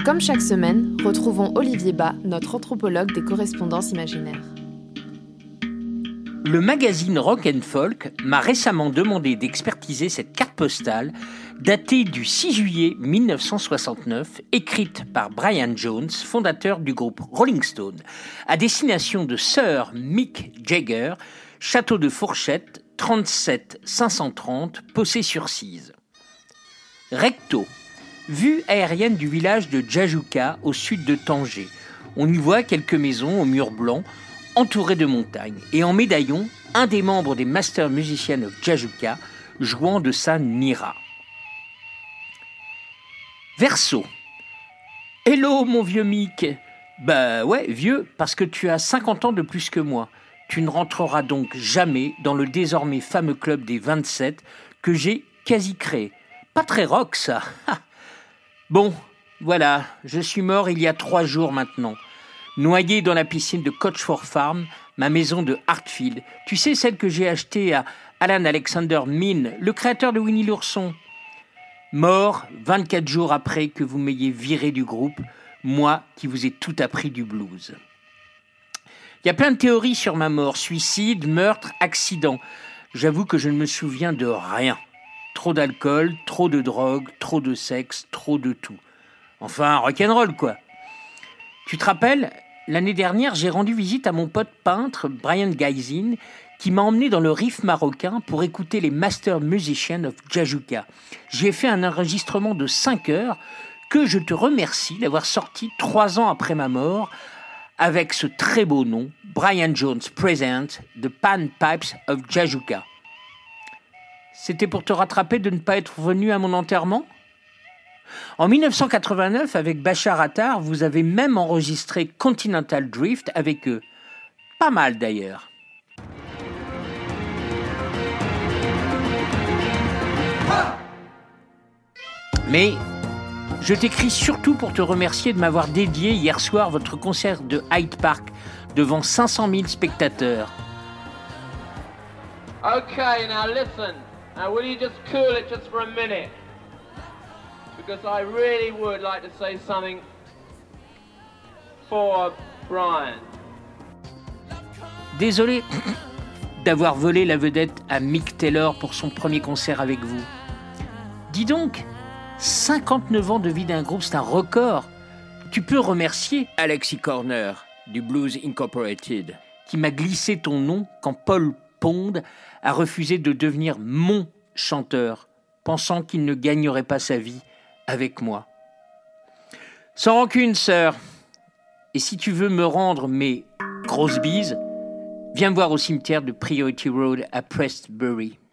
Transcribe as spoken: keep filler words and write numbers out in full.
Comme chaque semaine, retrouvons Olivier Bas, notre anthropologue des correspondances imaginaires. Le magazine Rock and Folk m'a récemment demandé d'expertiser cette carte postale datée du six juillet dix-neuf cent soixante-neuf, écrite par Brian Jones, fondateur du groupe Rolling Stone, à destination de Sir Mick Jagger, château de Fourchette, trente-sept cinq cent trente, Possé-sur-Cise. Recto. Vue aérienne du village de Jajuka, au sud de Tanger. On y voit quelques maisons aux murs blancs, entourées de montagnes. Et en médaillon, un des membres des Master Musicians of Jajuka, jouant de sa nira. Verseau. Hello, mon vieux Mick. Bah ouais, vieux, parce que tu as cinquante ans de plus que moi. Tu ne rentreras donc jamais dans le désormais fameux club des vingt-sept que j'ai quasi créé. Pas très rock, ça. Bon, voilà, je suis mort il y a trois jours maintenant. Noyé dans la piscine de Coachford Farm, ma maison de Hartfield. Tu sais, celle que j'ai achetée à Alan Alexander Min, le créateur de Winnie l'ourson. Mort vingt-quatre jours après que vous m'ayez viré du groupe, moi qui vous ai tout appris du blues. Il y a plein de théories sur ma mort, suicide, meurtre, accident. J'avoue que je ne me souviens de rien. Trop d'alcool, trop de drogue, trop de sexe, trop de tout. Enfin, rock'n'roll, quoi. Tu te rappelles, l'année dernière, j'ai rendu visite à mon pote peintre, Brian Gaisin, qui m'a emmené dans le Rif marocain pour écouter les Master Musicians of Jajuka. J'y ai fait un enregistrement de cinq heures que je te remercie d'avoir sorti trois ans après ma mort avec ce très beau nom, Brian Jones Present, The Pan Pipes of Jajuka. C'était pour te rattraper de ne pas être venu à mon enterrement ? En dix-neuf cent quatre-vingt-neuf, avec Bachar Attar, vous avez même enregistré Continental Drift avec eux. Pas mal d'ailleurs. Mais je t'écris surtout pour te remercier de m'avoir dédié hier soir votre concert de Hyde Park devant cinq cent mille spectateurs. Okay, now listen. Now, will you just cool it just for a minute? Because I really would like to say something for Brian. Désolé d'avoir volé la vedette à Mick Taylor pour son premier concert avec vous. Dis donc, cinquante-neuf ans de vie d'un groupe, c'est un record. Tu peux remercier Alexis Corner du Blues Incorporated qui m'a glissé ton nom quand Paul Pond a refusé de devenir mon chanteur, pensant qu'il ne gagnerait pas sa vie avec moi. Sans rancune, sœur. Et si tu veux me rendre mes grosses bises, viens me voir au cimetière de Priority Road à Prestbury.